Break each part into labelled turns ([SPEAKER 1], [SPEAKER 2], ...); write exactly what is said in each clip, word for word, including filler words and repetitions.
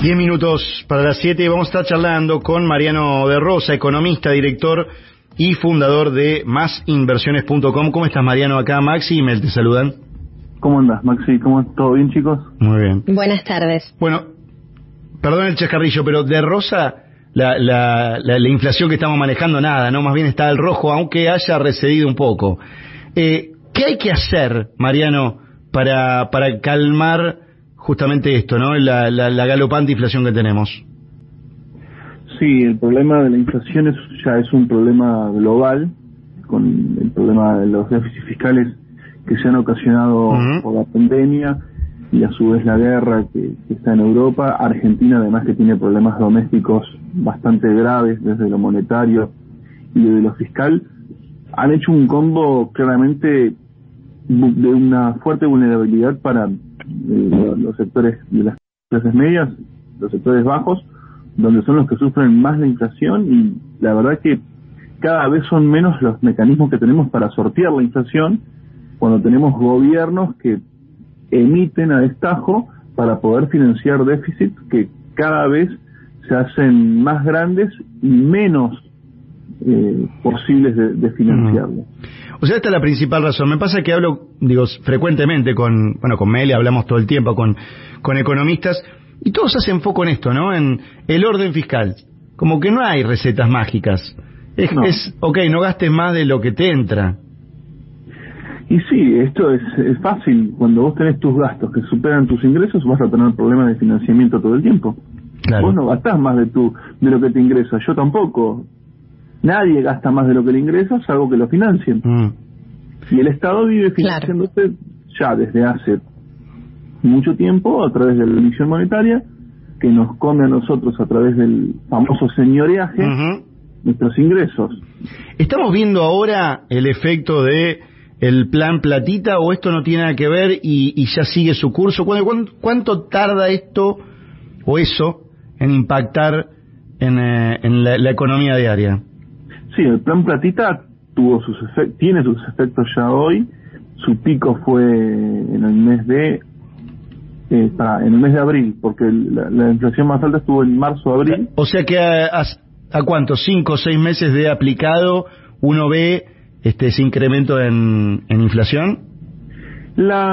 [SPEAKER 1] Diez minutos para las siete, vamos a estar charlando con Mariano de Rosa, economista, director y fundador de más inversiones punto com. ¿Cómo estás, Mariano? Acá Maxi y Mel te saludan.
[SPEAKER 2] ¿Cómo andas, Maxi? ¿Cómo todo bien, chicos?
[SPEAKER 1] Muy bien.
[SPEAKER 3] Buenas tardes.
[SPEAKER 1] Bueno, perdón el chascarrillo, pero de Rosa, la, la, la, la inflación que estamos manejando, nada, ¿no? Más bien está al rojo, aunque haya recedido un poco. Eh, ¿Qué hay que hacer, Mariano, para, para calmar justamente esto, ¿no? La, la, la galopante inflación que tenemos?
[SPEAKER 2] Sí, el problema de la inflación es, ya es un problema global, con el problema de los déficits fiscales que se han ocasionado uh-huh. por la pandemia y a su vez la guerra que, que está en Europa. Argentina, además, que tiene problemas domésticos bastante graves desde lo monetario y de lo fiscal, han hecho un combo claramente de una fuerte vulnerabilidad para eh, los sectores de las clases medias, los sectores bajos, donde son los que sufren más la inflación, y la verdad que cada vez son menos los mecanismos que tenemos para sortear la inflación cuando tenemos gobiernos que emiten a destajo para poder financiar déficits que cada vez se hacen más grandes y menos eh, posibles de, de financiarlo.
[SPEAKER 1] O sea, esta es la principal razón. Me pasa que hablo, digo, frecuentemente con, bueno, con Meli, hablamos todo el tiempo con, con economistas, y todos hacen foco en esto, ¿no? En el orden fiscal. Como que no hay recetas mágicas. Es, no. es ok, no gastes más de lo que te entra.
[SPEAKER 2] Y sí, esto es, es fácil. Cuando vos tenés tus gastos que superan tus ingresos, vas a tener problemas de financiamiento todo el tiempo. Claro. Vos no gastás más de tu de lo que te ingresa. Yo tampoco. Nadie gasta más de lo que le ingresa, salvo que lo financien. Mm. Y el Estado vive financiándose claro. ya desde hace mucho tiempo a través de la emisión monetaria, que nos come a nosotros a través del famoso señoreaje uh-huh. nuestros ingresos.
[SPEAKER 1] ¿Estamos viendo ahora el efecto de el plan platita, o esto no tiene nada que ver y, y ya sigue su curso? ¿Cuánto, cuánto, cuánto tarda esto o eso en impactar en, eh, en la, la economía diaria?
[SPEAKER 2] Sí, el plan platita tuvo sus efectos, tiene sus efectos ya hoy. Su pico fue en el mes de eh, para, en el mes de abril, porque la, la inflación más alta estuvo en marzo, abril.
[SPEAKER 1] O sea que a, a, a cuánto, cinco o seis meses de aplicado, uno ve este ese incremento en, en inflación. La,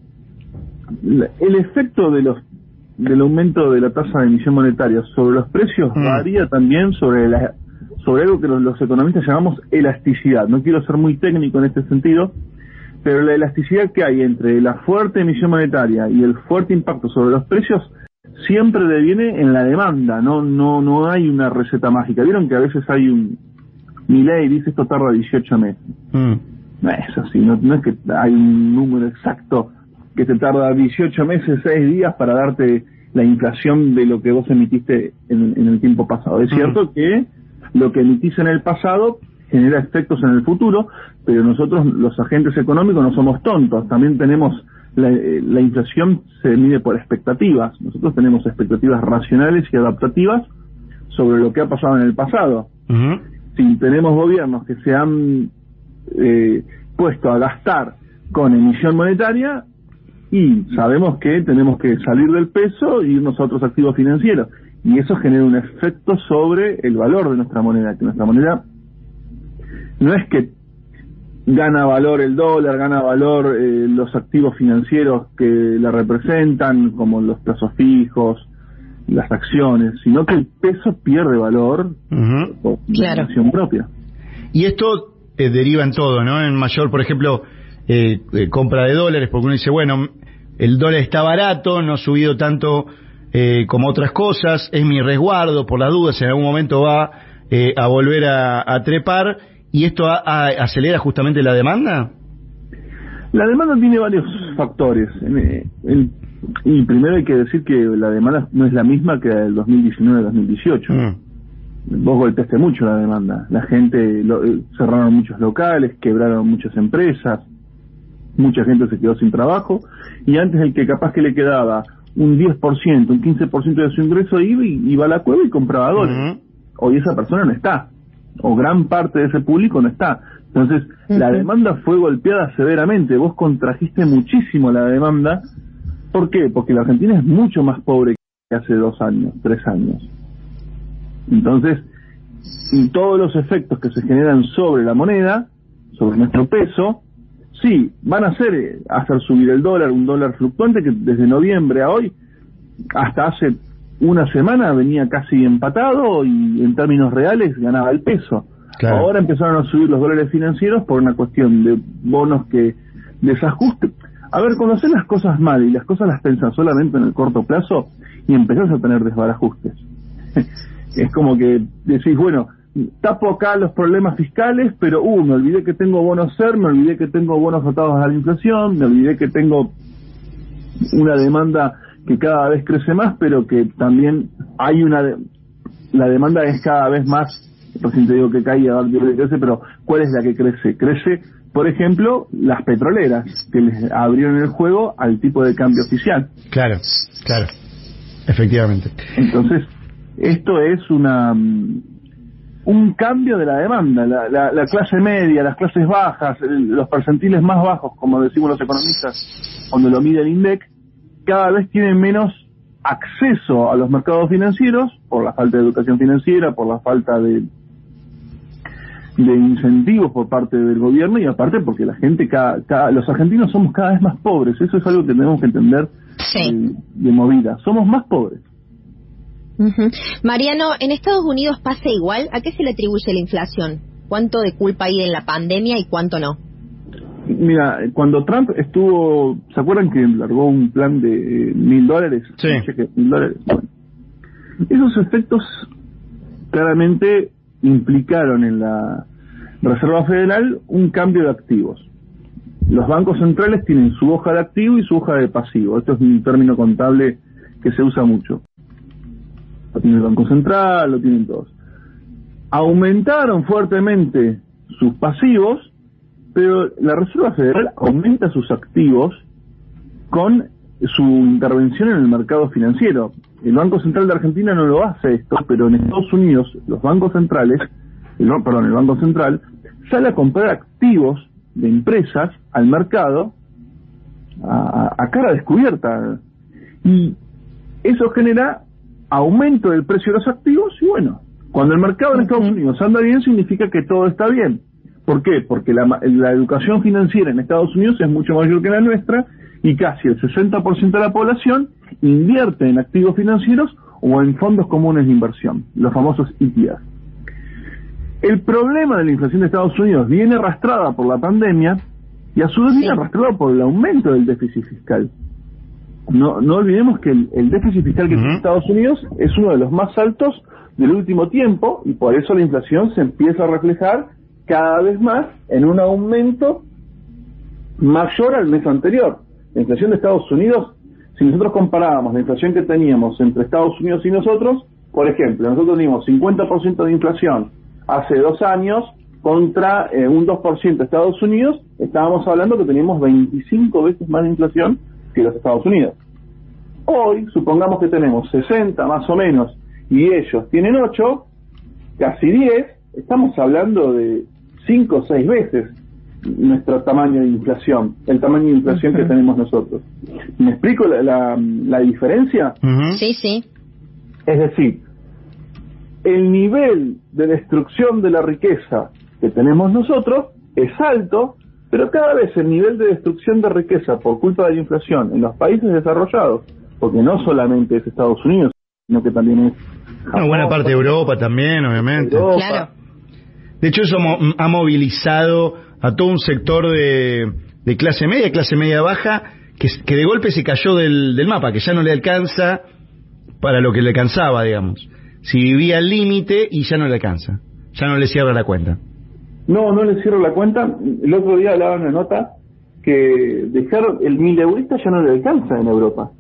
[SPEAKER 2] la el efecto de los del aumento de la tasa de emisión monetaria sobre los precios mm. varía también sobre la sobre algo que los, los economistas llamamos elasticidad. No quiero ser muy técnico en este sentido, pero la elasticidad que hay entre la fuerte emisión monetaria y el fuerte impacto sobre los precios siempre deviene en la demanda. No no no hay una receta mágica. Vieron que a veces hay un Milei dice esto tarda dieciocho meses. Mm. No es así, no, no es que hay un número exacto que te tarda dieciocho meses, seis días para darte la inflación de lo que vos emitiste en, en el tiempo pasado. Es mm. cierto que lo que emitís en el pasado genera efectos en el futuro, pero nosotros, los agentes económicos, no somos tontos. También tenemos, la, la inflación se mide por expectativas. Nosotros tenemos expectativas racionales y adaptativas sobre lo que ha pasado en el pasado. Uh-huh. Si tenemos gobiernos que se han eh, puesto a gastar con emisión monetaria, y sabemos que tenemos que salir del peso e irnos a otros activos financieros, y eso genera un efecto sobre el valor de nuestra moneda, que nuestra moneda no es que gana valor el dólar, gana valor eh, los activos financieros que la representan, como los plazos fijos, las acciones, sino que el peso pierde valor uh-huh. por
[SPEAKER 3] claro.
[SPEAKER 2] acción propia.
[SPEAKER 1] Y esto eh, deriva en todo, ¿no? En mayor, por ejemplo, eh, eh, compra de dólares, porque uno dice, bueno, el dólar está barato, no ha subido tanto eh, como otras cosas, es mi resguardo por las dudas, en algún momento va eh, a volver a, a trepar, y esto a, a, acelera justamente la demanda.
[SPEAKER 2] La demanda tiene varios factores. El, el, y primero hay que decir que la demanda no es la misma que el dos mil diecinueve dos mil dieciocho. Mm. Vos golpeaste mucho la demanda. La gente, lo, cerraron muchos locales, quebraron muchas empresas, mucha gente se quedó sin trabajo, y antes el que capaz que le quedaba un diez por ciento, un quince por ciento de su ingreso iba, y, iba a la cueva y compraba dólares. Mm. Hoy esa persona no está, o gran parte de ese público no está. Entonces, uh-huh. la demanda fue golpeada severamente. Vos contrajiste muchísimo la demanda. ¿Por qué? Porque la Argentina es mucho más pobre que hace dos años, tres años. Entonces, y todos los efectos que se generan sobre la moneda, sobre nuestro peso, sí, van a hacer, hacer subir el dólar, un dólar fluctuante que desde noviembre a hoy, hasta hace una semana venía casi empatado y en términos reales ganaba el peso. Claro. Ahora empezaron a subir los dólares financieros por una cuestión de bonos que desajuste. A ver, cuando haces las cosas mal y las cosas las pensas solamente en el corto plazo y empezás a tener desbarajustes. Es como que decís, bueno, tapo acá los problemas fiscales, pero uh, me olvidé que tengo bonos S E R, me olvidé que tengo bonos atados a la inflación, me olvidé que tengo una demanda que cada vez crece más, pero que también hay una... De, la demanda es cada vez más, recién te digo que cae, ahora que crece, pero ¿cuál es la que crece? Crece, por ejemplo, las petroleras, que les abrieron el juego al tipo de cambio oficial.
[SPEAKER 1] Claro, claro, efectivamente.
[SPEAKER 2] Entonces, esto es una... un cambio de la demanda. La, la, la clase media, las clases bajas, el, los percentiles más bajos, como decimos los economistas cuando lo mide el INDEC, cada vez tienen menos acceso a los mercados financieros por la falta de educación financiera, por la falta de de incentivos por parte del gobierno y aparte porque la gente, cada, cada los argentinos somos cada vez más pobres. Eso es algo que tenemos que entender. Sí. de, de movida. Somos más pobres.
[SPEAKER 3] Uh-huh. Mariano, ¿en Estados Unidos pasa igual? ¿A qué se le atribuye la inflación? ¿Cuánto de culpa hay en la pandemia y cuánto no?
[SPEAKER 2] Mira, cuando Trump estuvo, ¿se acuerdan que largó un plan de mil dólares?
[SPEAKER 1] Sí.
[SPEAKER 2] Mil dólares. Bueno, esos efectos claramente implicaron en la Reserva Federal un cambio de activos. Los bancos centrales tienen su hoja de activo y su hoja de pasivo. Esto es un término contable que se usa mucho. Lo tiene el Banco Central, lo tienen todos. Aumentaron fuertemente sus pasivos, pero la Reserva Federal aumenta sus activos con su intervención en el mercado financiero. El Banco Central de Argentina no lo hace esto, pero en Estados Unidos los bancos centrales, el, perdón, el Banco Central sale a comprar activos de empresas al mercado a, a cara descubierta, y eso genera aumento del precio de los activos. Y bueno, cuando el mercado en Estados Unidos anda bien, significa que todo está bien. ¿Por qué? Porque la, la educación financiera en Estados Unidos es mucho mayor que la nuestra y casi el sesenta por ciento de la población invierte en activos financieros o en fondos comunes de inversión, los famosos E T F. El problema de la inflación de Estados Unidos viene arrastrada por la pandemia y a su vez viene arrastrada por el aumento del déficit fiscal. No, no olvidemos que el, el déficit fiscal que uh-huh. tiene Estados Unidos es uno de los más altos del último tiempo y por eso la inflación se empieza a reflejar cada vez más en un aumento mayor al mes anterior. La inflación de Estados Unidos, si nosotros comparábamos la inflación que teníamos entre Estados Unidos y nosotros, por ejemplo, nosotros teníamos cincuenta por ciento de inflación hace dos años contra eh, un dos por ciento de Estados Unidos, estábamos hablando que teníamos veinticinco veces más de inflación que los Estados Unidos. Hoy, supongamos que tenemos sesenta más o menos y ellos tienen ocho, casi diez, estamos hablando de cinco o seis veces nuestro tamaño de inflación, el tamaño de inflación uh-huh. que tenemos nosotros. ¿Me explico la, la, la diferencia?
[SPEAKER 3] Uh-huh. Sí, sí.
[SPEAKER 2] Es decir, el nivel de destrucción de la riqueza que tenemos nosotros es alto, pero cada vez el nivel de destrucción de riqueza por culpa de la inflación en los países desarrollados, porque no solamente es Estados Unidos, sino que también es
[SPEAKER 1] Japón, una buena parte de Europa también, obviamente.
[SPEAKER 2] Europa.
[SPEAKER 3] Claro.
[SPEAKER 1] De hecho, eso mo- ha movilizado a todo un sector de, de clase media, clase media baja, que, que de golpe se cayó del, del mapa, que ya no le alcanza para lo que le alcanzaba, digamos. Si vivía al límite y ya no le alcanza, ya no le cierra la cuenta.
[SPEAKER 2] No, no le cierro la cuenta. El otro día hablaba en una nota que dejar el mileurista ya no le alcanza en Europa.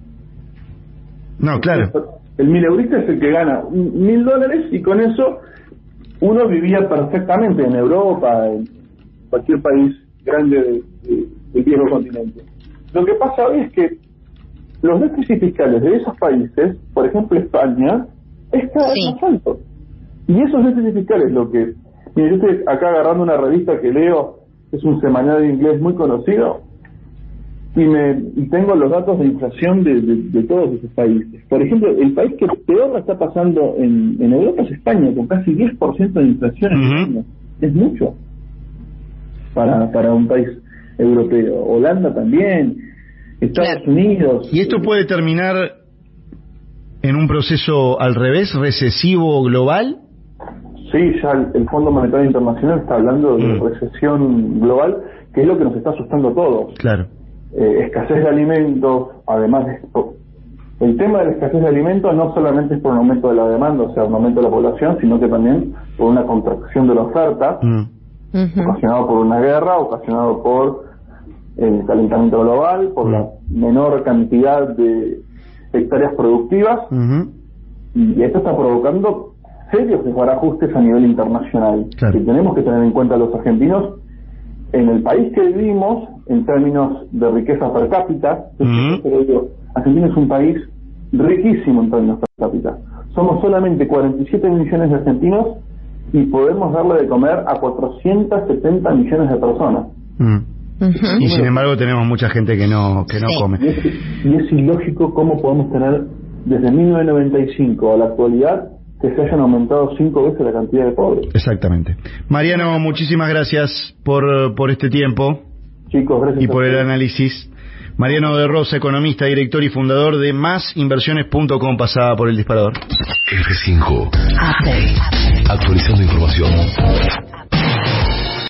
[SPEAKER 1] No, claro.
[SPEAKER 2] El mileurista es el que gana mil dólares y con eso uno vivía perfectamente en Europa, en cualquier país grande de, de, del viejo continente. Lo que pasa hoy es que los déficits fiscales de esos países, por ejemplo España, es cada vez sí. más alto. Y esos déficits fiscales, lo que... Mira, yo estoy acá agarrando una revista que leo, es un semanal de inglés muy conocido, y, me, y tengo los datos de inflación de, de, de todos esos países. Por ejemplo, el país que peor la está pasando en, en Europa es España, con casi diez por ciento de inflación en
[SPEAKER 1] Uh-huh.
[SPEAKER 2] España. Es mucho para, para un país europeo. Holanda también, Estados
[SPEAKER 3] Claro.
[SPEAKER 2] Unidos.
[SPEAKER 1] ¿Y esto puede terminar en un proceso al revés, recesivo global?
[SPEAKER 2] Sí, ya el, el Fondo Monetario Internacional está hablando de
[SPEAKER 1] Mm.
[SPEAKER 2] recesión global, que es lo que nos está asustando a todos.
[SPEAKER 1] Claro.
[SPEAKER 2] Eh, escasez de alimentos, además de esto. El tema de la escasez de alimentos no solamente es por un aumento de la demanda, o sea, un aumento de la población, sino que también por una contracción de la oferta,
[SPEAKER 1] Mm.
[SPEAKER 3] Ujú.
[SPEAKER 2] ocasionado por una guerra, ocasionado por el calentamiento global, por
[SPEAKER 1] Mm.
[SPEAKER 2] la menor cantidad de hectáreas productivas,
[SPEAKER 1] Ujú.
[SPEAKER 2] y esto está provocando serios desbarajustes a nivel internacional,
[SPEAKER 1] Claro.
[SPEAKER 2] que tenemos que tener en cuenta los argentinos en el país que vivimos en términos de riqueza per cápita.
[SPEAKER 1] Ujú.
[SPEAKER 2] Pero digo, Argentina es un país riquísimo en términos per cápita. Somos solamente cuarenta y siete millones de argentinos y podemos darle de comer a cuatrocientos setenta millones de personas.
[SPEAKER 1] Mm.
[SPEAKER 3] Ujú.
[SPEAKER 1] Y sin embargo tenemos mucha gente que no que no
[SPEAKER 3] Sí.
[SPEAKER 1] come.
[SPEAKER 2] Y es, y es ilógico cómo podemos tener desde mil novecientos noventa y cinco a la actualidad que se hayan aumentado cinco veces la cantidad de pobres.
[SPEAKER 1] Exactamente. Mariano, muchísimas gracias por, por este tiempo
[SPEAKER 2] Chicos, gracias
[SPEAKER 1] y
[SPEAKER 2] a
[SPEAKER 1] por el
[SPEAKER 2] ustedes.
[SPEAKER 1] análisis. Mariano de Rosa, economista, director y fundador de más inversiones punto com, pasada por el disparador.
[SPEAKER 4] F cinco. Update. Actualizando información.